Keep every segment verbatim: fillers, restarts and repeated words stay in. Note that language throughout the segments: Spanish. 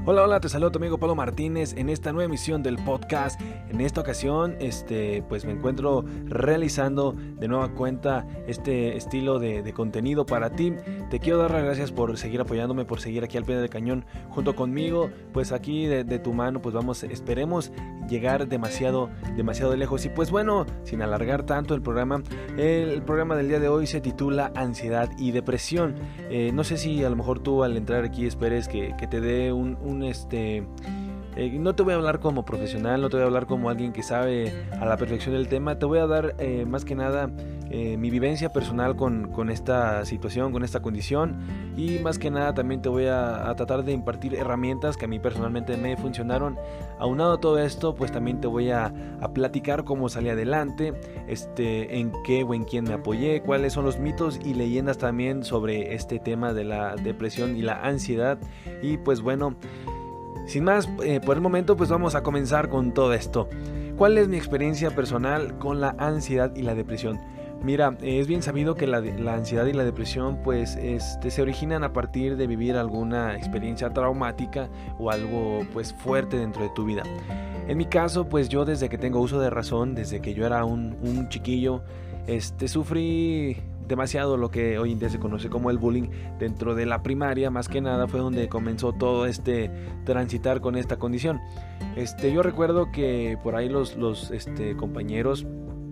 Hola, hola, te saludo tu amigo Pablo Martínez en esta nueva emisión del podcast. En esta ocasión, este, pues me encuentro realizando de nueva cuenta este estilo de, de contenido para ti. Te quiero dar las gracias por seguir apoyándome, por seguir aquí al pie del cañón junto conmigo. Pues aquí de, de tu mano, pues vamos, esperemos llegar demasiado, demasiado lejos. Y pues bueno, sin alargar tanto el programa, el programa del día de hoy se titula Ansiedad y Depresión. Eh, no sé si a lo mejor tú al entrar aquí esperes que, que te dé un, un este... Eh, no te voy a hablar como profesional, no te voy a hablar como alguien que sabe a la perfección del tema. Te voy a dar eh, más que nada eh, mi vivencia personal con, con esta situación, con esta condición. Y más que nada también te voy a, a tratar de impartir herramientas que a mí personalmente me funcionaron. Aunado a todo esto, pues también te voy a, a platicar cómo salí adelante, este, en qué o en quién me apoyé, cuáles son los mitos y leyendas también sobre este tema de la depresión y la ansiedad. Y pues bueno, sin más, eh, por el momento pues vamos a comenzar con todo esto. ¿Cuál es mi experiencia personal con la ansiedad y la depresión? Mira, eh, es bien sabido que la, la ansiedad y la depresión pues este, se originan a partir de vivir alguna experiencia traumática o algo pues fuerte dentro de tu vida. En mi caso, pues yo desde que tengo uso de razón, desde que yo era un, un chiquillo, este, sufrí demasiado lo que hoy en día se conoce como el bullying dentro de la primaria. Más que nada fue donde comenzó todo este transitar con esta condición. Este, yo recuerdo que por ahí los, los este, compañeros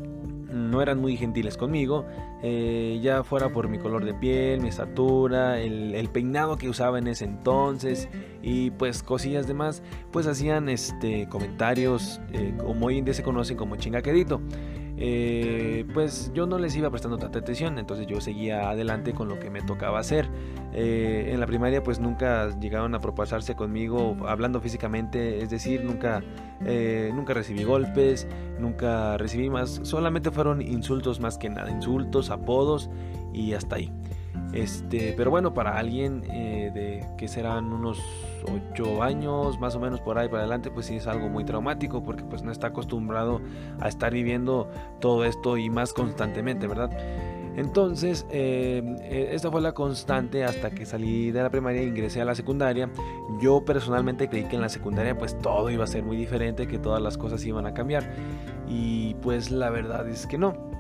no eran muy gentiles conmigo, eh, ya fuera por mi color de piel, mi estatura, el, el peinado que usaba en ese entonces y pues cosillas demás, pues hacían este, comentarios eh, como hoy en día se conocen como chingaquedito. Eh, pues yo no les iba prestando tanta atención, entonces yo seguía adelante con lo que me tocaba hacer. Eh, en la primaria pues nunca llegaron a propasarse conmigo hablando físicamente, es decir, nunca, eh, nunca recibí golpes, nunca recibí más, solamente fueron insultos más que nada, insultos, apodos y hasta ahí. Este, pero bueno, para alguien eh, de que serán unos ocho años, más o menos por ahí para adelante, pues sí es algo muy traumático porque pues no está acostumbrado a estar viviendo todo esto y más constantemente, ¿verdad? Entonces, eh, esta fue la constante hasta que salí de la primaria e ingresé a la secundaria. Yo personalmente creí que en la secundaria pues todo iba a ser muy diferente, que todas las cosas iban a cambiar y pues la verdad es que no.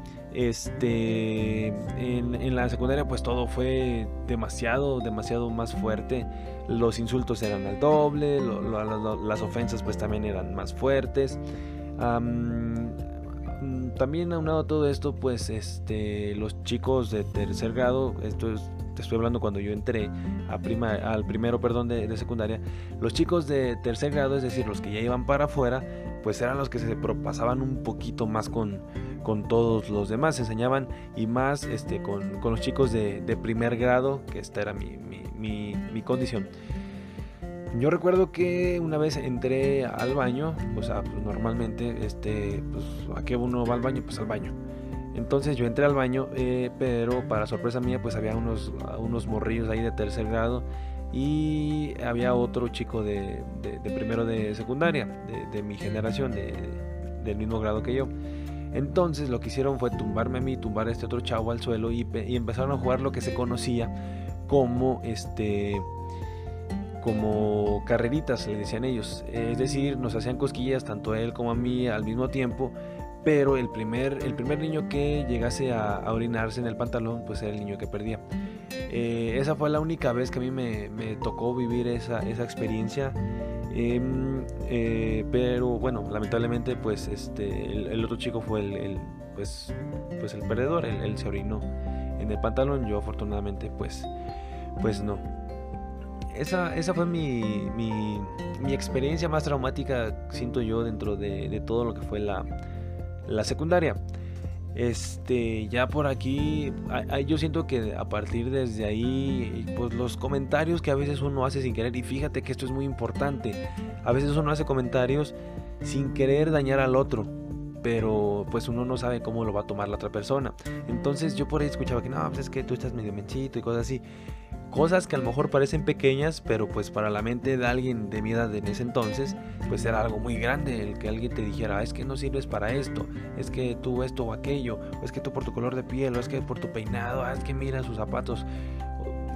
Este, en, en la secundaria pues todo fue demasiado, demasiado más fuerte. Los insultos eran al doble, lo, lo, lo, las ofensas pues también eran más fuertes. Um, también aunado a todo esto pues este, los chicos de tercer grado, esto es, te estoy hablando cuando yo entré a prima, al primero perdón de, de secundaria, los chicos de tercer grado, es decir, los que ya iban para afuera, pues eran los que se propasaban un poquito más con, con todos los demás, se enseñaban y más este, con, con los chicos de, de primer grado, que esta era mi, mi, mi, mi condición. Yo recuerdo que una vez entré al baño, o sea, pues normalmente, este, pues, ¿a qué uno va al baño? Pues al baño. Entonces yo entré al baño, eh, pero para sorpresa mía, pues había unos, unos morrillos ahí de tercer grado y había otro chico de, de, de primero de secundaria, de, de mi generación, de, del mismo grado que yo. Entonces lo que hicieron fue tumbarme a mí, tumbar a este otro chavo al suelo y, y empezaron a jugar lo que se conocía como este... como carreritas, le decían ellos, es decir, nos hacían cosquillas tanto a él como a mí al mismo tiempo, pero el primer, el primer niño que llegase a, a orinarse en el pantalón pues era el niño que perdía. Eh, esa fue la única vez que a mí me, me tocó vivir esa, esa experiencia, eh, eh, pero bueno, lamentablemente pues este, el, el otro chico fue el, el, pues, pues el perdedor, él, él se orinó en el pantalón, yo afortunadamente pues, pues no. Esa, esa fue mi, mi, mi experiencia más traumática, siento yo, dentro de, de todo lo que fue la, la secundaria. Este, ya por aquí, a, a, yo siento que a partir desde ahí, pues los comentarios que a veces uno hace sin querer, y fíjate que esto es muy importante, a veces uno hace comentarios sin querer dañar al otro, pero pues uno no sabe cómo lo va a tomar la otra persona. Entonces yo por ahí escuchaba que no, pues es que tú estás medio menchito y cosas así. Cosas que a lo mejor parecen pequeñas, pero pues para la mente de alguien de mi edad en ese entonces, pues era algo muy grande el que alguien te dijera, es que no sirves para esto, es que tú esto o aquello, o es que tú por tu color de piel, o es que por tu peinado, es que mira sus zapatos.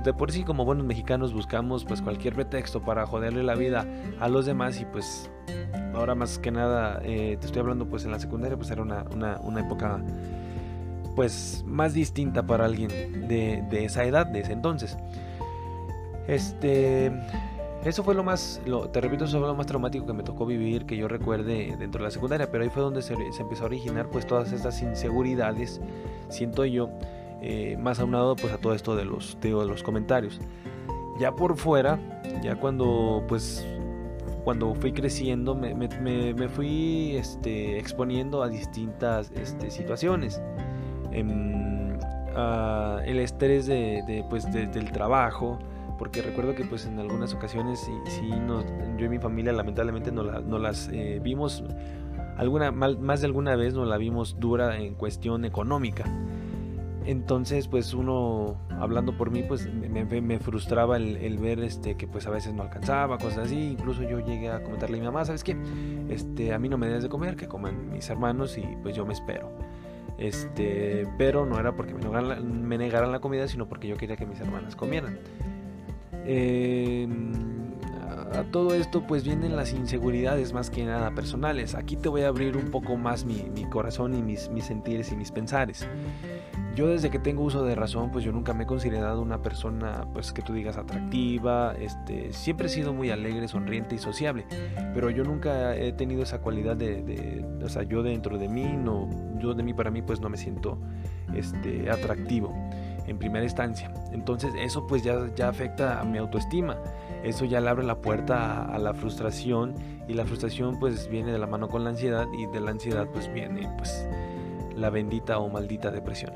de por sí como buenos mexicanos buscamos pues cualquier pretexto para joderle la vida a los demás, y pues ahora más que nada eh, te estoy hablando pues en la secundaria, pues era una, una, una época pues más distinta para alguien de, de esa edad, de ese entonces. Este, eso fue lo más, lo, te repito, eso fue lo más traumático que me tocó vivir, que yo recuerde dentro de la secundaria, pero ahí fue donde se, se empezó a originar pues todas estas inseguridades, siento yo, eh, más aunado pues a todo esto de los, de los comentarios. Ya por fuera, ya cuando pues cuando fui creciendo me, me, me, me fui este, exponiendo a distintas este, situaciones. Eh, a el estrés de, de, pues, de, del trabajo, porque recuerdo que pues en algunas ocasiones sí, sí nos, yo y mi familia lamentablemente no, la, no las eh, vimos, alguna, mal, más de alguna vez nos la vimos dura en cuestión económica. Entonces pues uno, hablando por mí, pues me, me, me frustraba el, el ver este, que pues a veces no alcanzaba, cosas así. Incluso yo llegué a comentarle a mi mamá, ¿sabes qué? Este, a mí no me des de comer, que coman mis hermanos y pues yo me espero. Este, pero no era porque me negaran, la, me negaran la comida, sino porque yo quería que mis hermanas comieran. Eh, a todo esto pues vienen las inseguridades más que nada personales. Aquí te voy a abrir un poco más mi, mi corazón y mis, mis sentires y mis pensares. Yo desde que tengo uso de razón, pues yo nunca me he considerado una persona, pues que tú digas atractiva, este, siempre he sido muy alegre, sonriente y sociable, pero yo nunca he tenido esa cualidad de, de o sea, yo dentro de mí, no, yo de mí para mí, pues no me siento, este, atractivo en primera instancia. Entonces eso pues ya, ya afecta a mi autoestima, eso ya le abre la puerta a, a la frustración, y la frustración pues viene de la mano con la ansiedad, y de la ansiedad pues viene pues la bendita o maldita depresión.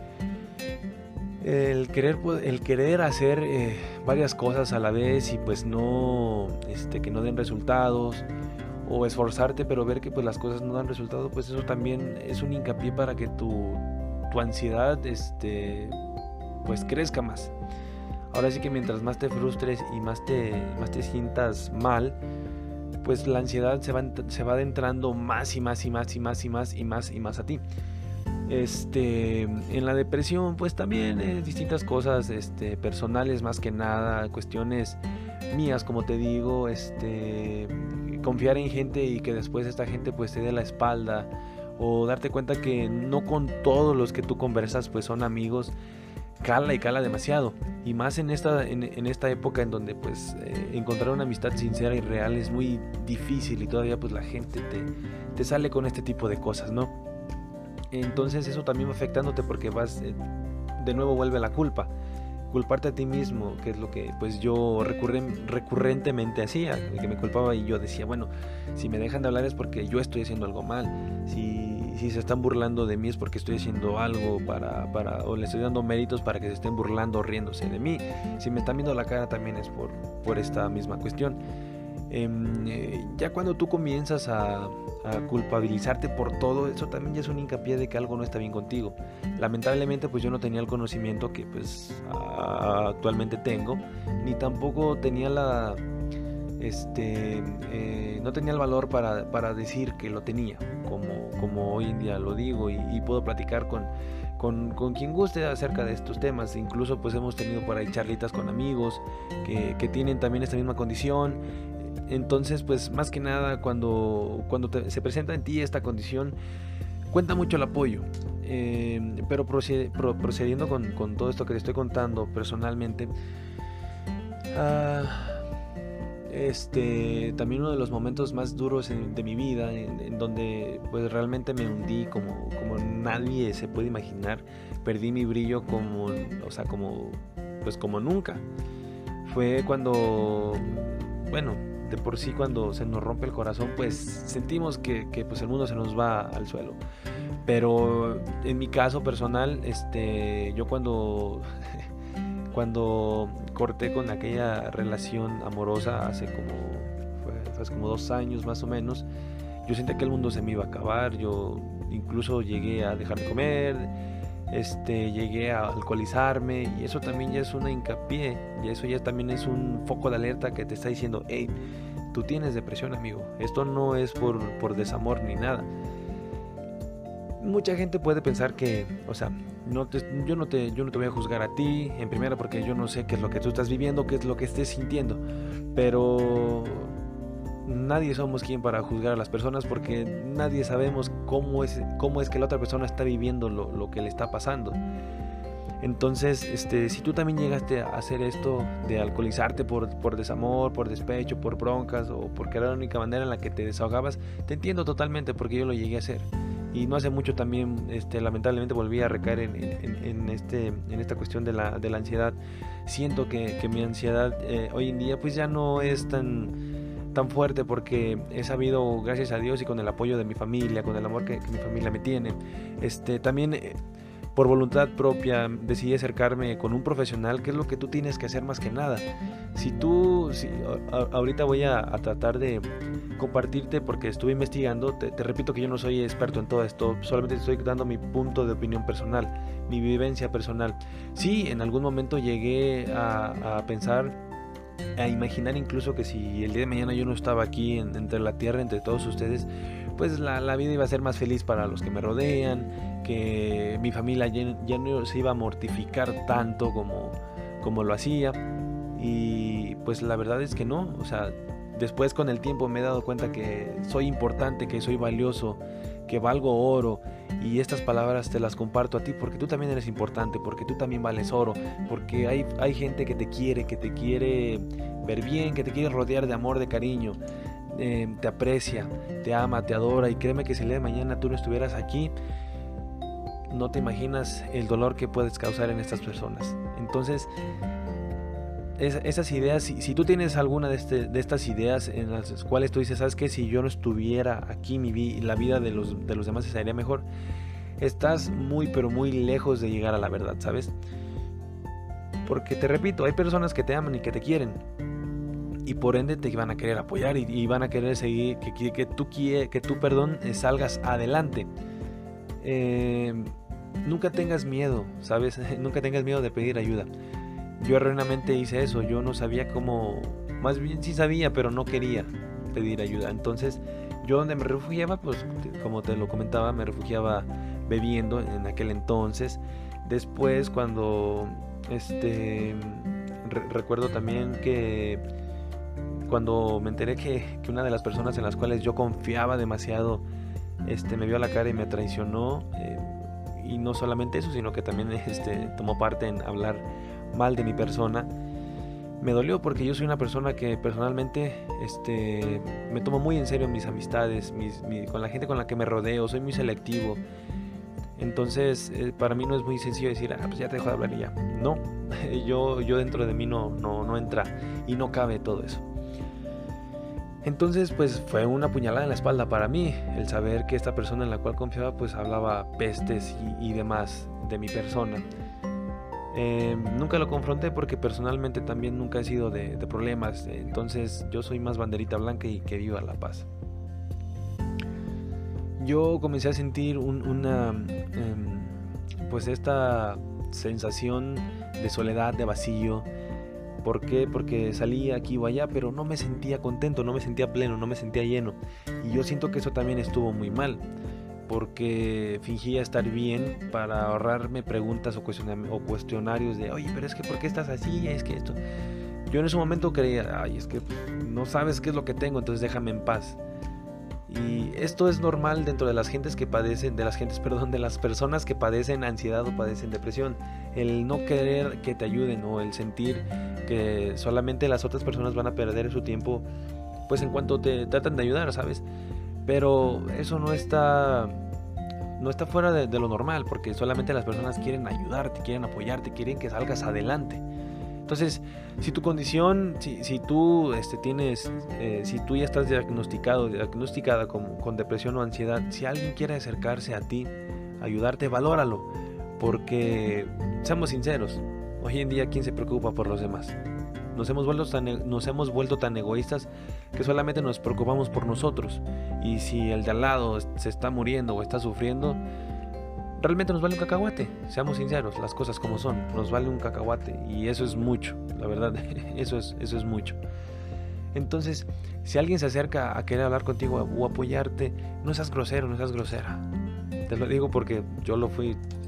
El querer, el querer hacer eh, varias cosas a la vez y pues no, este, que no den resultados, o esforzarte pero ver que pues las cosas no dan resultado, pues eso también es un hincapié para que tu, tu ansiedad este, pues crezca más. Ahora sí que mientras más te frustres y más te, más te sientas mal, pues la ansiedad se va, se va adentrando más y más y más y más y más y más y más a ti. Este, en la depresión pues también eh, distintas cosas este, personales, más que nada cuestiones mías, como te digo, este, confiar en gente y que después esta gente pues te dé la espalda, o darte cuenta que no con todos los que tú conversas pues son amigos, cala y cala demasiado, y más en esta, en, en esta época en donde pues eh, encontrar una amistad sincera y real es muy difícil, y todavía pues la gente te, te sale con este tipo de cosas, ¿no? Entonces eso también va afectándote, porque vas, eh, de nuevo vuelve la culpa, culparte a ti mismo, que es lo que pues yo recurren, recurrentemente hacía, que me culpaba, y yo decía, bueno, si me dejan de hablar es porque yo estoy haciendo algo mal, si, si se están burlando de mí es porque estoy haciendo algo para, para, o le estoy dando méritos para que se estén burlando, riéndose de mí, si me están viendo la cara también es por, por esta misma cuestión. Eh, ya cuando tú comienzas a, a culpabilizarte por todo eso, también ya es un hincapié de que algo no está bien contigo. Lamentablemente pues yo no tenía el conocimiento que pues a, actualmente tengo, ni tampoco tenía la este eh, no tenía el valor para, para decir que lo tenía, como, como hoy en día lo digo, y, y puedo platicar con Con, con quien guste acerca de estos temas. Incluso pues hemos tenido por ahí charlitas con amigos que, que tienen también esta misma condición. Entonces pues más que nada cuando, cuando te, se presenta en ti esta condición, cuenta mucho el apoyo. Eh, pero proced, pro, procediendo con, con todo esto que te estoy contando personalmente, uh, este, también uno de los momentos más duros en, de mi vida, en, en donde pues realmente me hundí como, como nadie se puede imaginar, perdí mi brillo como, o sea, como, pues como nunca, fue cuando, bueno, de por sí cuando se nos rompe el corazón, pues sentimos que, que pues el mundo se nos va al suelo. Pero en mi caso personal, este, yo cuando cuando corté con aquella relación amorosa hace como fue, hace como dos años más o menos, yo sentía que el mundo se me iba a acabar. Yo incluso llegué a dejar de comer, este, llegué a alcoholizarme, y eso también ya es una hincapié, y eso ya también es un foco de alerta que te está diciendo, hey, tú tienes depresión, amigo. Esto no es por, por desamor ni nada. Mucha gente puede pensar que, o sea, no te, yo, no te, yo no te voy a juzgar a ti, en primera porque yo no sé qué es lo que tú estás viviendo, qué es lo que estés sintiendo, pero nadie somos quien para juzgar a las personas porque nadie sabemos cómo es, cómo es que la otra persona está viviendo lo, lo que le está pasando. Entonces, este, si tú también llegaste a hacer esto de alcoholizarte por, por desamor, por despecho, por broncas o porque era la única manera en la que te desahogabas, te entiendo totalmente porque yo lo llegué a hacer. Y no hace mucho también, este, lamentablemente volví a recaer en, en, en, este, en esta cuestión de la, de la ansiedad. Siento que, que mi ansiedad eh, hoy en día pues ya no es tan, tan fuerte porque he sabido, gracias a Dios y con el apoyo de mi familia, con el amor que, que mi familia me tiene, este, también... Eh, por voluntad propia decidí acercarme con un profesional, que es lo que tú tienes que hacer más que nada. Si tú, si, a, ahorita voy a, a tratar de compartirte porque estuve investigando, te, te repito que yo no soy experto en todo esto, solamente estoy dando mi punto de opinión personal, mi vivencia personal. Sí, en algún momento llegué a, a pensar, a imaginar incluso que si el día de mañana yo no estaba aquí en, entre la tierra, entre todos ustedes, pues la, la vida iba a ser más feliz para los que me rodean, que mi familia ya, ya no se iba a mortificar tanto como, como lo hacía. Y pues la verdad es que no, o sea, después con el tiempo me he dado cuenta que soy importante, que soy valioso, que valgo oro, y estas palabras te las comparto a ti porque tú también eres importante, porque tú también vales oro, porque hay, hay gente que te quiere, que te quiere ver bien, que te quiere rodear de amor, de cariño, eh, te aprecia, te ama, te adora, y créeme que si el día de mañana tú no estuvieras aquí, no te imaginas el dolor que puedes causar en estas personas. Entonces, es, esas ideas, si, si tú tienes alguna de, este, de estas ideas en las cuales tú dices, ¿sabes qué? Si yo no estuviera aquí, mi vi, la vida de los, de los demás sería mejor, estás muy pero muy lejos de llegar a la verdad, ¿sabes? Porque te repito, hay personas que te aman y que te quieren, y por ende te van a querer apoyar y, y van a querer seguir, que, que, que tú, que tú perdón, salgas adelante. Eh, nunca tengas miedo, ¿sabes? Nunca tengas miedo de pedir ayuda. Yo erróneamente hice eso, yo no sabía cómo, más bien sí sabía, pero no quería pedir ayuda. Entonces, yo donde me refugiaba, pues como te lo comentaba, me refugiaba bebiendo en aquel entonces. Después, cuando, este, re- recuerdo también que cuando me enteré que, que una de las personas en las cuales yo confiaba demasiado, este, me vio a la cara y me traicionó, eh, y no solamente eso, sino que también este, tomó parte en hablar mal de mi persona. Me dolió porque yo soy una persona que personalmente este, me tomo muy en serio mis amistades, mis, mi, con la gente con la que me rodeo, soy muy selectivo. Entonces eh, para mí no es muy sencillo decir, ah, pues ya te dejo de hablar y ya. No, yo, yo dentro de mí no, no, no entra y no cabe todo eso. Entonces pues fue una puñalada en la espalda para mí el saber que esta persona en la cual confiaba pues hablaba pestes y, y demás de mi persona. Eh, nunca lo confronté porque personalmente también nunca he sido de, de problemas, entonces yo soy más banderita blanca y que viva la paz. Yo comencé a sentir un, una eh, pues esta sensación de soledad, de vacío. ¿Por qué? Porque salía aquí o allá, pero no me sentía contento, no me sentía pleno, no me sentía lleno. Y yo siento que eso también estuvo muy mal, porque fingía estar bien para ahorrarme preguntas o cuestionarios de, oye, pero es que ¿por qué estás así? Es que esto... Yo en ese momento creía, ay, es que no sabes qué es lo que tengo, entonces déjame en paz. Y esto es normal dentro de las gentes que padecen, de las gentes, perdón, de las personas que padecen ansiedad o padecen depresión. El no querer que te ayuden o el sentir que solamente las otras personas van a perder su tiempo, pues en cuanto te tratan de ayudar, ¿sabes? Pero eso no está, no está fuera de, de lo normal, porque solamente las personas quieren ayudarte, quieren apoyarte, quieren que salgas adelante. Entonces, si tu condición, si, si tú este, tienes, eh, si tú ya estás diagnosticado, diagnosticada con, con depresión o ansiedad, si alguien quiere acercarse a ti, ayudarte, valóralo, porque seamos sinceros, hoy en día ¿quién se preocupa por los demás? Nos hemos vuelto tan, nos hemos vuelto tan egoístas que solamente nos preocupamos por nosotros, y si el de al lado se está muriendo o está sufriendo, realmente nos vale un cacahuate. Seamos sinceros, las cosas como son, nos vale un cacahuate, y eso es mucho, la verdad, eso es, eso es mucho. Entonces, si alguien se acerca a querer hablar contigo o apoyarte, no seas grosero, no seas grosera. Te lo digo porque yo lo fui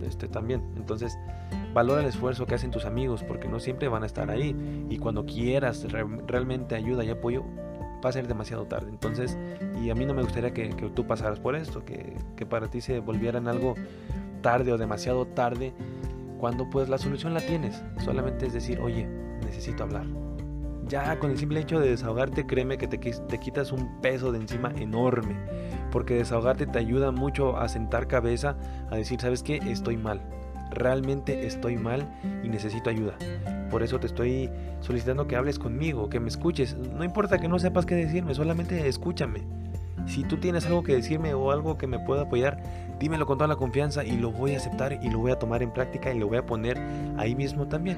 este, también. Entonces, valora el esfuerzo que hacen tus amigos, porque no siempre van a estar ahí, y cuando quieras re- realmente ayuda y apoyo, va a ser demasiado tarde. Entonces, y a mí no me gustaría que, que tú pasaras por esto, que, que para ti se volviera en algo tarde o demasiado tarde, cuando pues la solución la tienes. Solamente es decir, oye, necesito hablar. Ya con el simple hecho de desahogarte, créeme que te, te quitas un peso de encima enorme, porque desahogarte te ayuda mucho a sentar cabeza, a decir, ¿sabes qué? Estoy mal, realmente estoy mal y necesito ayuda. Por eso te estoy solicitando que hables conmigo, que me escuches. No importa que no sepas qué decirme, solamente escúchame. Si tú tienes algo que decirme o algo que me pueda apoyar, dímelo con toda la confianza y lo voy a aceptar y lo voy a tomar en práctica y lo voy a poner ahí mismo también.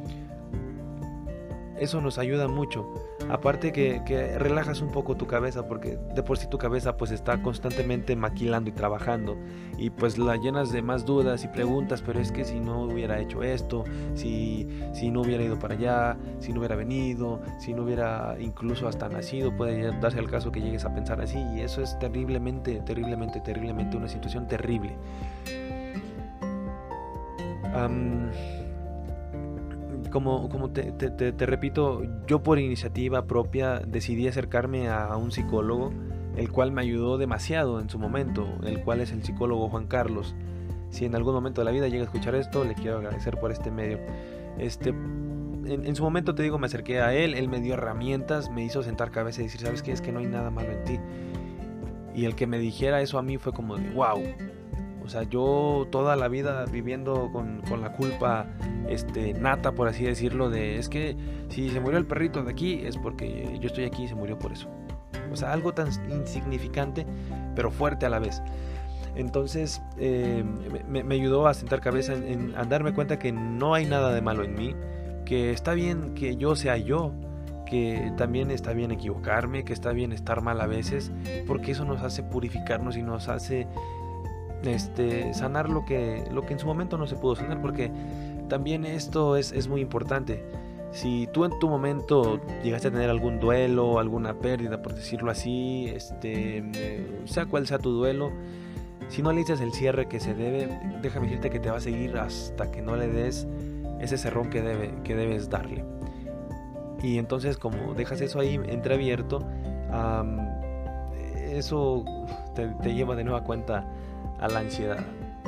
Eso nos ayuda mucho. Aparte que, que relajas un poco tu cabeza, porque de por sí tu cabeza pues está constantemente maquilando y trabajando, y pues la llenas de más dudas y preguntas, pero es que si no hubiera hecho esto, si, si no hubiera ido para allá, si no hubiera venido, si no hubiera incluso hasta nacido, puede darse el caso que llegues a pensar así, y eso es terriblemente, terriblemente, terriblemente una situación terrible. Um, Como, como te, te, te, te repito, yo por iniciativa propia decidí acercarme a un psicólogo, el cual me ayudó demasiado en su momento, el cual es el psicólogo Juan Carlos. Si en algún momento de la vida llega a escuchar esto, le quiero agradecer por este medio. Este, en, en su momento, te digo, me acerqué a él, él me dio herramientas, me hizo sentar cabeza y decir, ¿sabes qué? Es que no hay nada malo en ti. Y el que me dijera eso a mí fue como de, wow. O sea, yo toda la vida viviendo con, con la culpa este, nata, por así decirlo, de es que si se murió el perrito de aquí es porque yo estoy aquí y se murió por eso. O sea, algo tan insignificante, pero fuerte a la vez. Entonces, eh, me, me ayudó a sentar cabeza en, en a darme cuenta que no hay nada de malo en mí, que está bien que yo sea yo, que también está bien equivocarme, que está bien estar mal a veces, porque eso nos hace purificarnos y nos hace Este, sanar lo que, lo que en su momento no se pudo sanar, porque también esto es, es muy importante. Si tú en tu momento llegaste a tener algún duelo, alguna pérdida, por decirlo así, este, eh, sea cual sea tu duelo, si no le dices el cierre que se debe, déjame decirte que te va a seguir hasta que no le des ese cerrón que, debe, que debes darle. Y entonces, como dejas eso ahí entreabierto, um, eso te, te lleva de nueva cuenta a la ansiedad.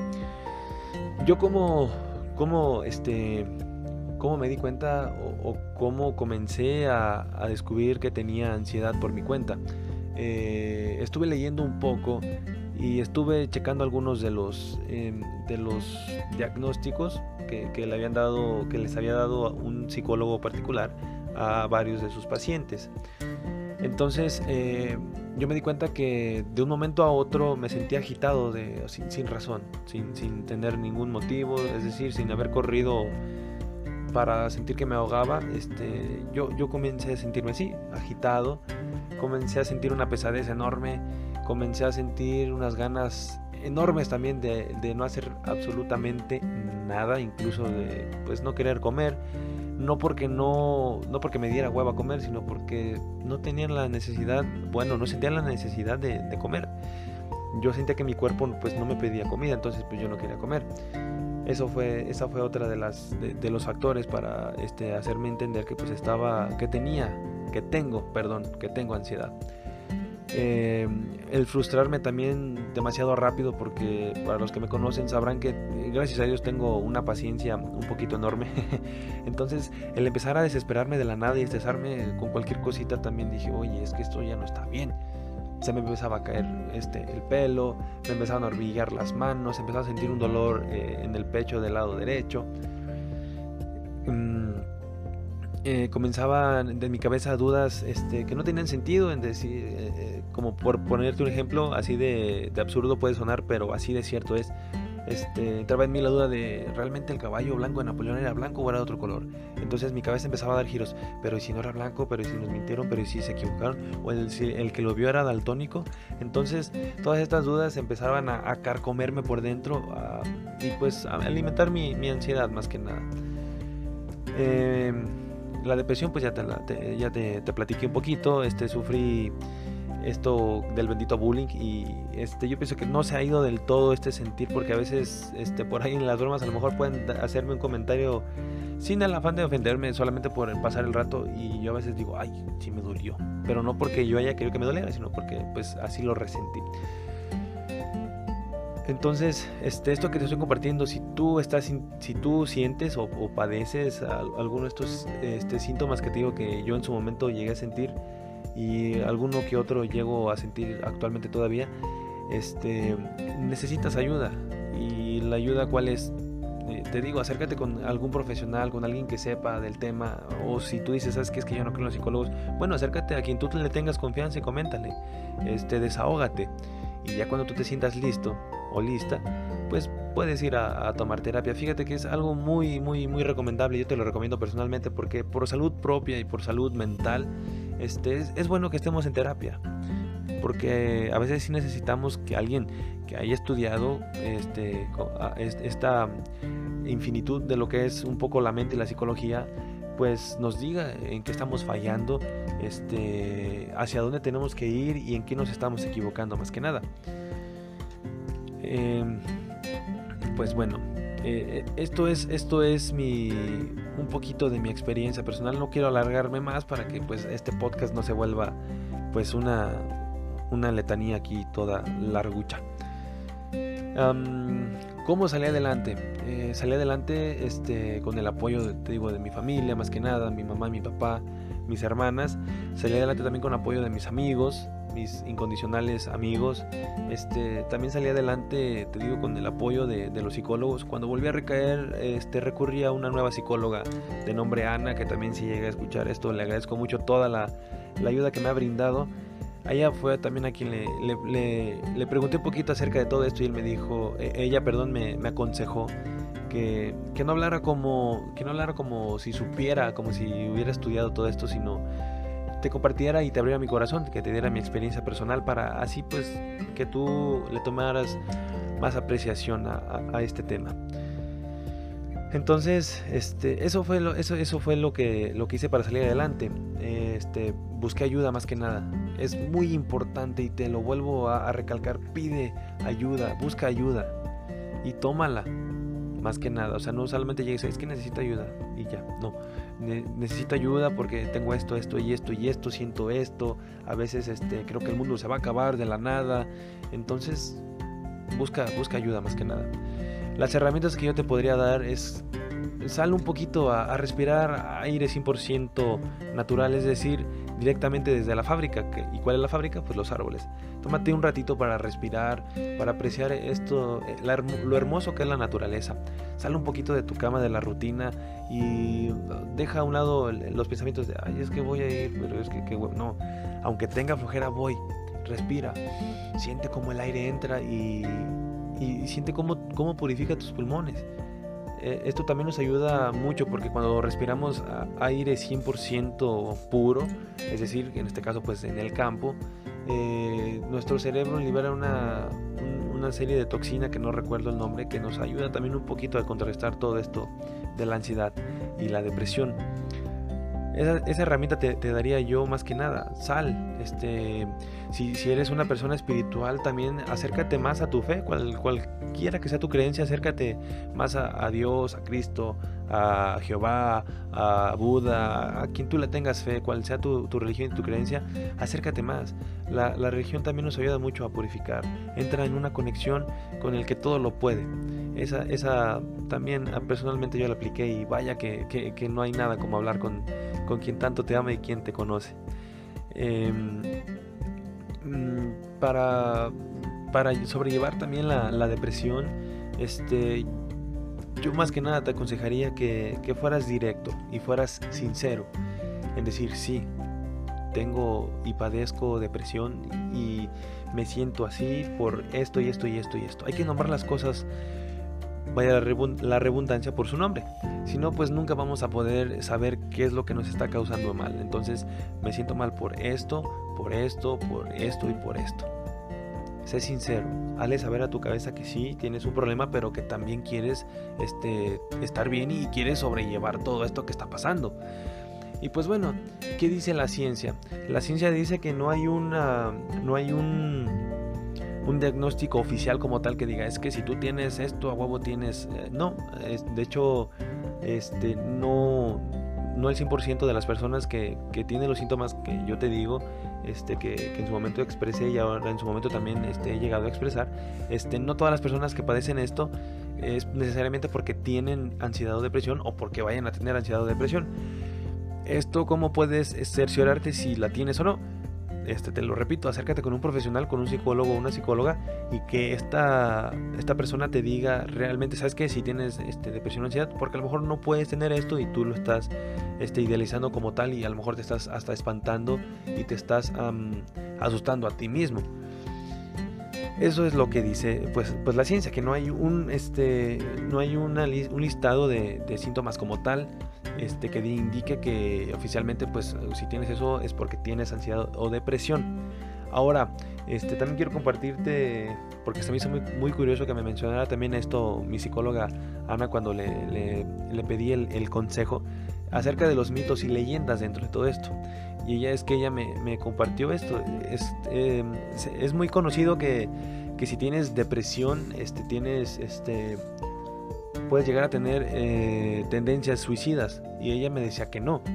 Yo como, como, este, cómo me di cuenta o, o cómo comencé a, a descubrir que tenía ansiedad por mi cuenta. Eh, estuve leyendo un poco y estuve checando algunos de los, eh, de los diagnósticos que, que, le habían dado, que les había dado un psicólogo particular a varios de sus pacientes. Entonces eh, yo me di cuenta que de un momento a otro me sentía agitado de, sin, sin razón, sin, sin tener ningún motivo, es decir, sin haber corrido para sentir que me ahogaba. Este, yo, yo comencé a sentirme así, agitado, comencé a sentir una pesadez enorme, comencé a sentir unas ganas enormes también de, de no hacer absolutamente nada, incluso de pues no querer comer. No porque no, no porque me diera hueva a comer, sino porque no tenía la necesidad, bueno, no sentía la necesidad de, de comer. Yo sentía que mi cuerpo pues no me pedía comida, entonces pues yo no quería comer. Eso fue, esa fue otra de las de, de los factores para este hacerme entender que pues estaba, que tenía, que tengo, perdón, que tengo ansiedad. Eh, el frustrarme también demasiado rápido, porque para los que me conocen sabrán que gracias a Dios tengo una paciencia un poquito enorme. Entonces el empezar a desesperarme de la nada y estresarme con cualquier cosita, también dije, oye, es que esto ya no está bien. Se me empezaba a caer este, el pelo, me empezaban a hormiguear las manos, empezaba a sentir un dolor eh, en el pecho del lado derecho. mm, Eh, comenzaba de mi cabeza dudas este, que no tenían sentido, en decir, eh, como por ponerte un ejemplo, así de, de absurdo puede sonar, pero así de cierto es. Este, entraba en mí la duda de, ¿realmente el caballo blanco de Napoleón era blanco o era de otro color? Entonces mi cabeza empezaba a dar giros, pero ¿y si no era blanco? ¿Pero ¿y si nos mintieron? ¿Pero ¿y si se equivocaron? ¿O el, si el que lo vio era daltónico? Entonces todas estas dudas empezaban a, a carcomerme por dentro, a, y pues a alimentar mi, mi ansiedad más que nada. Eh... La depresión pues ya te, la, te, ya te, te platiqué un poquito. este, Sufrí esto del bendito bullying, y este yo pienso que no se ha ido del todo este sentir, porque a veces este por ahí en las bromas a lo mejor pueden hacerme un comentario sin el afán de ofenderme, solamente por pasar el rato, y yo a veces digo, ay, sí me dolió, pero no porque yo haya querido que me doliera, sino porque pues así lo resentí. Entonces, este, esto que te estoy compartiendo, si tú estás, si tú sientes o, o padeces alguno de estos este, síntomas que te digo que yo en su momento llegué a sentir, y alguno que otro llego a sentir actualmente todavía, este, necesitas ayuda. Y la ayuda, ¿cuál es? Eh, te digo, acércate con algún profesional, con alguien que sepa del tema, o si tú dices, ¿sabes qué? Es que yo no creo en los psicólogos, bueno, acércate a quien tú le tengas confianza y coméntale, este, desahógate, y ya cuando tú te sientas listo o lista, pues puedes ir a, a tomar terapia. Fíjate que es algo muy, muy, muy recomendable, yo te lo recomiendo personalmente, porque por salud propia y por salud mental, este, es, es bueno que estemos en terapia, porque a veces sí necesitamos que alguien que haya estudiado este, esta infinitud de lo que es un poco la mente y la psicología, pues nos diga en qué estamos fallando, este, hacia dónde tenemos que ir y en qué nos estamos equivocando más que nada. Eh, pues bueno, eh, esto es esto es mi un poquito de mi experiencia personal. No quiero alargarme más para que pues este podcast no se vuelva pues una una letanía aquí toda largucha. Um, ¿Cómo salí adelante? Eh, salí adelante este, con el apoyo, de, te digo, de mi familia, más que nada, mi mamá, mi papá, mis hermanas. Salí adelante también con apoyo de mis amigos, mis incondicionales amigos. Este, también salí adelante, te digo, con el apoyo de, de los psicólogos. Cuando volví a recaer, este, recurrí a una nueva psicóloga de nombre Ana, que también, si llegué a escuchar esto, le agradezco mucho toda la, la ayuda que me ha brindado. A ella fue también a quien le, le, le, le pregunté un poquito acerca de todo esto, y él me dijo, ella, perdón, me, me aconsejó que, que no hablara como, que no hablara como si supiera, como si hubiera estudiado todo esto, sino te compartiera y te abriera mi corazón, que te diera mi experiencia personal, para así pues que tú le tomaras más apreciación a, a, a este tema. Entonces, este, eso fue lo, eso, eso fue lo que, lo que hice para salir adelante. Este, busqué ayuda más que nada. Es muy importante, y te lo vuelvo a, a recalcar, pide ayuda, busca ayuda y tómala más que nada. O sea, no solamente llegues a, es que necesito ayuda y ya, no. Ne- necesito ayuda porque tengo esto, esto y esto y esto, siento esto. A veces este, creo que el mundo se va a acabar de la nada. Entonces, busca, busca ayuda más que nada. Las herramientas que yo te podría dar es, sal un poquito a, a respirar aire cien por ciento natural, es decir, directamente desde la fábrica. ¿Y cuál es la fábrica? Pues los árboles. Tómate un ratito para respirar, para apreciar esto, la, lo hermoso que es la naturaleza. Sal un poquito de tu cama, de la rutina, y deja a un lado los pensamientos de, ay, es que voy a ir, pero es que, que no, aunque tenga flojera, voy. Respira, siente cómo el aire entra y... y siente cómo, cómo purifica tus pulmones. Eh, esto también nos ayuda mucho, porque cuando respiramos aire cien por ciento puro, es decir, en este caso pues en el campo, eh, nuestro cerebro libera una, un, una serie de toxina que no recuerdo el nombre, que nos ayuda también un poquito a contrarrestar todo esto de la ansiedad y la depresión. Esa, esa herramienta te, te daría yo más que nada. Sal, este, si, si eres una persona espiritual, también acércate más a tu fe, cual, cualquiera que sea tu creencia, acércate más a, a Dios, a Cristo, a Jehová, a Buda, a quien tú le tengas fe, cual sea tu, tu religión y tu creencia, acércate más. La, la religión también nos ayuda mucho a purificar, entra en una conexión con el que todo lo puede. Esa, esa también personalmente yo la apliqué, y vaya que, que, que no hay nada como hablar con, con quien tanto te ama y quien te conoce. Eh, para, para sobrellevar también la, la depresión, este, yo más que nada te aconsejaría que, que fueras directo y fueras sincero en decir, sí, tengo y padezco depresión y me siento así por esto y esto y esto y esto. Hay que nombrar las cosas, vaya la redundancia, por su nombre. Si no, pues nunca vamos a poder saber qué es lo que nos está causando mal. Entonces, me siento mal por esto, por esto, por esto y por esto. Sé sincero, hazle saber a tu cabeza que sí, tienes un problema, pero que también quieres este, estar bien y quieres sobrellevar todo esto que está pasando. Y pues bueno, ¿qué dice la ciencia? La ciencia dice que no hay una, no hay un, un diagnóstico oficial como tal que diga, es que si tú tienes esto, a huevo tienes... Eh, no, es, de hecho, este, no, no el cien por ciento de las personas que, que tienen los síntomas que yo te digo, este, que, que en su momento expresé y ahora en su momento también este, he llegado a expresar, este, no todas las personas que padecen esto es necesariamente porque tienen ansiedad o depresión o porque vayan a tener ansiedad o depresión. Esto, ¿cómo puedes cerciorarte si la tienes o no? Este, te lo repito, acércate con un profesional, con un psicólogo o una psicóloga, y que esta, esta persona te diga realmente, ¿sabes qué? Si tienes este, depresión o ansiedad, porque a lo mejor no puedes tener esto y tú lo estás este, idealizando como tal, y a lo mejor te estás hasta espantando y te estás um, asustando a ti mismo. Eso es lo que dice pues, pues la ciencia, que no hay un, este, no hay una, un listado de, de síntomas como tal, este, que indique que oficialmente pues si tienes eso es porque tienes ansiedad o depresión. Ahora, este, también quiero compartirte, porque se me hizo muy, muy curioso que me mencionara también esto mi psicóloga Ana cuando le, le, le pedí el, el consejo acerca de los mitos y leyendas dentro de todo esto. Y ella es que ella me, me compartió esto. Es, eh, es muy conocido que, que si tienes depresión, este, tienes, este, puedes llegar a tener eh, tendencias suicidas. Y ella me decía que no.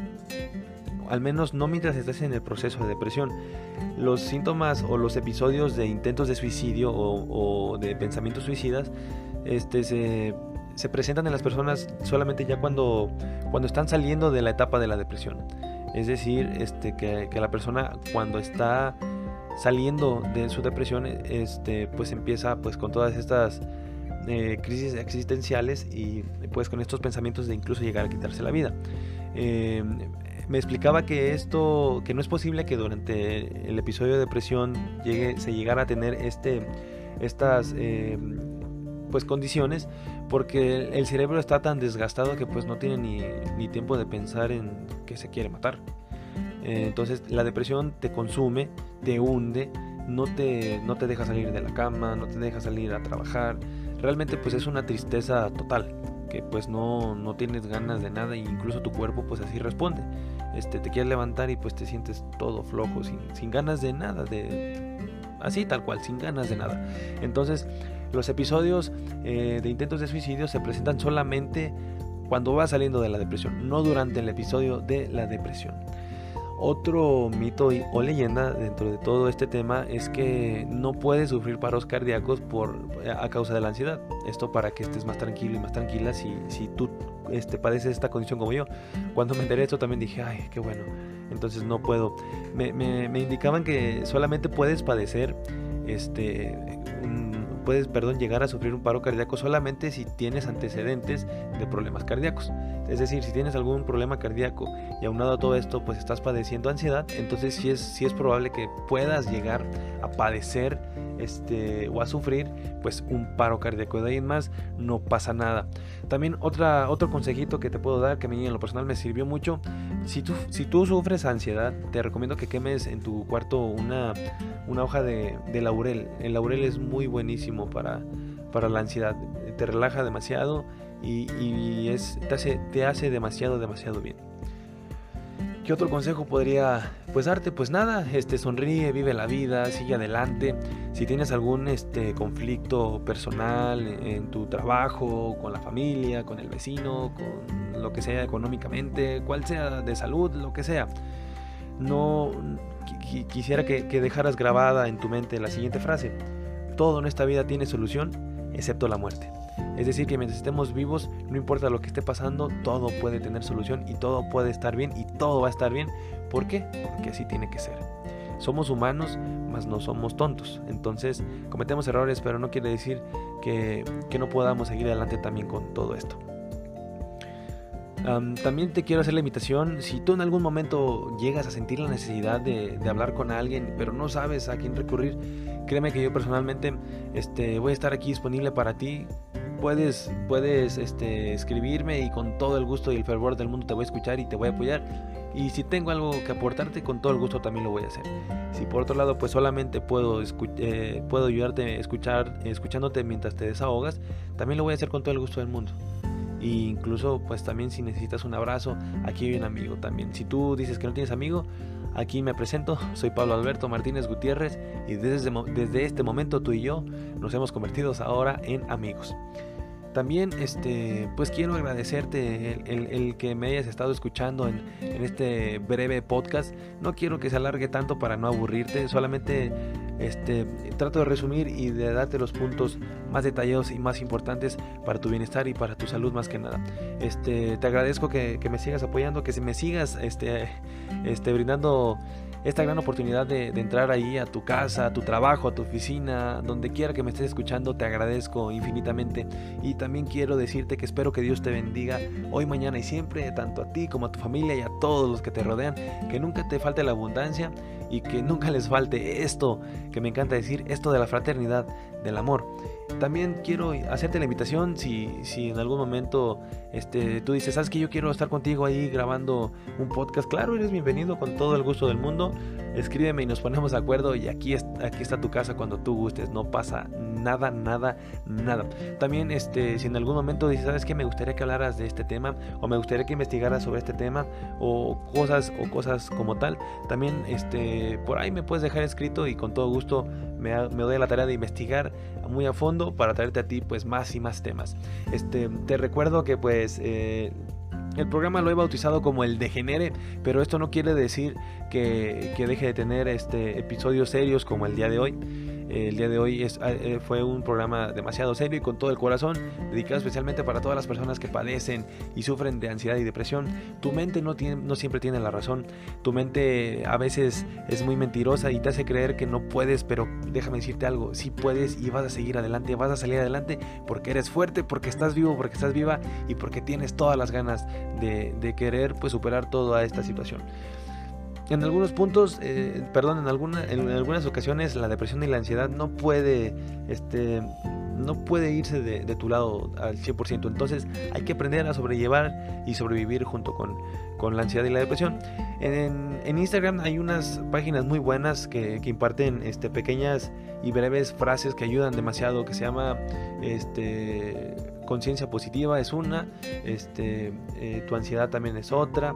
Al menos no mientras estás en el proceso de depresión. Los síntomas o los episodios de intentos de suicidio o, o de pensamientos suicidas este, se, se presentan en las personas solamente ya cuando, cuando están saliendo de la etapa de la depresión. Es decir, este, que, que la persona cuando está saliendo de su depresión, este, pues empieza pues, con todas estas eh, crisis existenciales y pues con estos pensamientos de incluso llegar a quitarse la vida. Eh, me explicaba que esto, que no es posible que durante el episodio de depresión llegue, se llegara a tener este, estas eh, pues condiciones, porque el cerebro está tan desgastado que pues no tiene ni, ni tiempo de pensar en que se quiere matar. Eh, entonces la depresión te consume, te hunde, no te, no te deja salir de la cama, no te deja salir a trabajar. Realmente pues es una tristeza total, que pues no, no tienes ganas de nada, e incluso tu cuerpo pues así responde. Este, te quieres levantar y pues te sientes todo flojo, sin, sin ganas de nada, de, así tal cual, sin ganas de nada. Entonces los episodios eh, de intentos de suicidio se presentan solamente cuando vas saliendo de la depresión, no durante el episodio de la depresión. Otro mito o leyenda dentro de todo este tema es que no puedes sufrir paros cardíacos por, a causa de la ansiedad. Esto para que estés más tranquilo y más tranquila si, si tú este, padeces esta condición como yo. Cuando me enteré de esto también dije, ay, qué bueno, entonces no puedo. Me, me, me indicaban que solamente puedes padecer, este, un, puedes, perdón, llegar a sufrir un paro cardíaco solamente si tienes antecedentes de problemas cardíacos. Es decir, si tienes algún problema cardíaco y aunado a todo esto pues estás padeciendo ansiedad, entonces sí es, sí es probable que puedas llegar a padecer este, o a sufrir pues un paro cardíaco. De ahí en más no pasa nada. También otra, otro consejito que te puedo dar, que a mí en lo personal me sirvió mucho: si tú, si tú sufres ansiedad, te recomiendo que quemes en tu cuarto una, una hoja de, de laurel. El laurel es muy buenísimo para, para la ansiedad, te relaja demasiado y, y es, te, hace, te hace demasiado, demasiado bien. ¿Qué otro consejo podría pues darte? Pues nada, este, sonríe, vive la vida, sigue adelante. Si tienes algún este, conflicto personal en tu trabajo, con la familia, con el vecino, con lo que sea económicamente, cual sea, de salud, lo que sea, no qu- quisiera que, que dejaras grabada en tu mente la siguiente frase: todo en esta vida tiene solución, excepto la muerte. Es decir, que mientras estemos vivos, no importa lo que esté pasando, todo puede tener solución y todo puede estar bien y todo va a estar bien. ¿Por qué? Porque así tiene que ser. Somos humanos, mas no somos tontos. Entonces, cometemos errores, pero no quiere decir que, que no podamos seguir adelante también con todo esto. Um, también te quiero hacer la invitación: si tú en algún momento llegas a sentir la necesidad de, de hablar con alguien, pero no sabes a quién recurrir, créeme que yo personalmente este, voy a estar aquí disponible para ti. Puedes, puedes este, escribirme y con todo el gusto y el fervor del mundo te voy a escuchar y te voy a apoyar. Y si tengo algo que aportarte, con todo el gusto también lo voy a hacer. Si por otro lado pues solamente puedo, escu- eh, puedo ayudarte a escuchar, escuchándote mientras te desahogas, también lo voy a hacer con todo el gusto del mundo. E incluso pues también si necesitas un abrazo, aquí hay un amigo también. Si tú dices que no tienes amigo, aquí me presento, soy Pablo Alberto Martínez Gutiérrez y desde, desde este momento tú y yo nos hemos convertido ahora en amigos. También este, pues quiero agradecerte el, el, el que me hayas estado escuchando en, en este breve podcast. No quiero que se alargue tanto para no aburrirte, solamente este, trato de resumir y de darte los puntos más detallados y más importantes para tu bienestar y para tu salud más que nada. Este, te agradezco que, que me sigas apoyando, que me sigas este, este, brindando esta gran oportunidad de, de entrar ahí a tu casa, a tu trabajo, a tu oficina, donde quiera que me estés escuchando. Te agradezco infinitamente y también quiero decirte que espero que Dios te bendiga hoy, mañana y siempre, tanto a ti como a tu familia y a todos los que te rodean, que nunca te falte la abundancia y que nunca les falte esto que me encanta decir, esto de la fraternidad, del amor. También quiero hacerte la invitación, si, si en algún momento este, tú dices, sabes que yo quiero estar contigo ahí grabando un podcast, claro, eres bienvenido con todo el gusto del mundo. Escríbeme y nos ponemos de acuerdo y aquí, es, aquí está tu casa cuando tú gustes, no pasa nada, nada, nada. También este, si en algún momento dices, sabes que me gustaría que hablaras de este tema o me gustaría que investigaras sobre este tema o cosas o cosas como tal, también este, por ahí me puedes dejar escrito y con todo gusto me, me doy la tarea de investigar muy a fondo para traerte a ti pues más y más temas. Este, te recuerdo que pues eh, el programa lo he bautizado como El Degenere, pero esto no quiere decir que, que deje de tener este, episodios serios como el día de hoy. El día de hoy es, eh, fue un programa demasiado serio y con todo el corazón, dedicado especialmente para todas las personas que padecen y sufren de ansiedad y depresión. Tu mente no, tiene, no siempre tiene la razón. Tu mente a veces es muy mentirosa y te hace creer que no puedes, pero déjame decirte algo, sí puedes y vas a seguir adelante, vas a salir adelante porque eres fuerte, porque estás vivo, porque estás viva y porque tienes todas las ganas de, de querer pues, superar toda esta situación. En algunos puntos, eh, perdón, en, alguna, en algunas ocasiones la depresión y la ansiedad no puede, este, no puede irse de, de tu lado al cien por ciento. Entonces hay que aprender a sobrellevar y sobrevivir junto con, con la ansiedad y la depresión. En, en Instagram hay unas páginas muy buenas que, que imparten este, pequeñas y breves frases que ayudan demasiado, que se llama este, Conciencia Positiva es una, este, eh, Tu Ansiedad también es otra.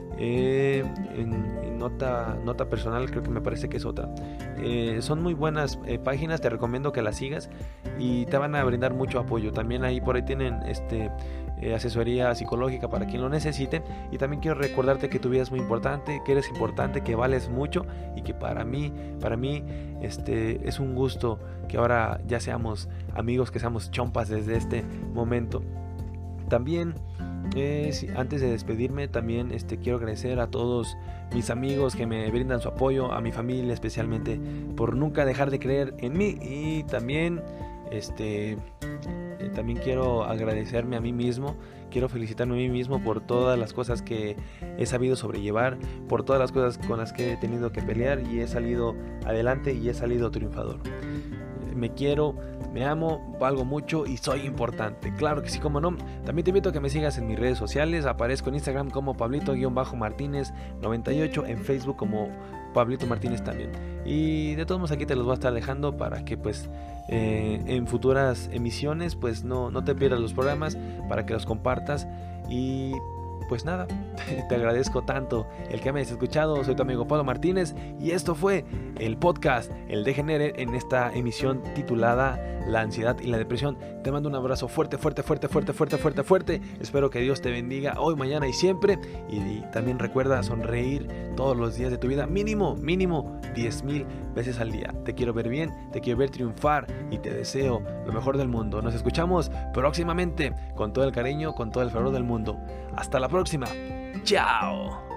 Eh, en, en nota, nota personal creo que me parece que es otra. Eh, son muy buenas eh, páginas, te recomiendo que las sigas y te van a brindar mucho apoyo. También ahí por ahí tienen este, eh, asesoría psicológica para quien lo necesite. Y también quiero recordarte que tu vida es muy importante, que eres importante, que vales mucho y que para mí, para mí este, es un gusto que ahora ya seamos amigos, que seamos chompas desde este momento. También Eh, sí, antes de despedirme también este, quiero agradecer a todos mis amigos que me brindan su apoyo, a mi familia especialmente, por nunca dejar de creer en mí. Y también este, eh, también quiero agradecerme a mí mismo, quiero felicitarme a mí mismo por todas las cosas que he sabido sobrellevar, por todas las cosas con las que he tenido que pelear y he salido adelante y he salido triunfador. Me quiero, me amo, valgo mucho y soy importante. Claro que sí, como no. También te invito a que me sigas en mis redes sociales. Aparezco en Instagram como Pablito-Martínez noventa y ocho, en Facebook como Pablito Martínez también. Y de todos modos aquí te los voy a estar dejando para que pues eh, en futuras emisiones pues no, no te pierdas los programas, para que los compartas. Y pues nada, te agradezco tanto el que me hayas escuchado. Soy tu amigo Pablo Martínez y esto fue el podcast El Degenere en esta emisión titulada La Ansiedad y la Depresión. Te mando un abrazo fuerte, fuerte, fuerte, fuerte, fuerte, fuerte, fuerte. Espero que Dios te bendiga hoy, mañana y siempre. Y, y también recuerda sonreír todos los días de tu vida, mínimo, mínimo diez mil veces al día. Te quiero ver bien, te quiero ver triunfar y te deseo lo mejor del mundo. Nos escuchamos próximamente con todo el cariño, con todo el fervor del mundo. Hasta la próxima. Chao.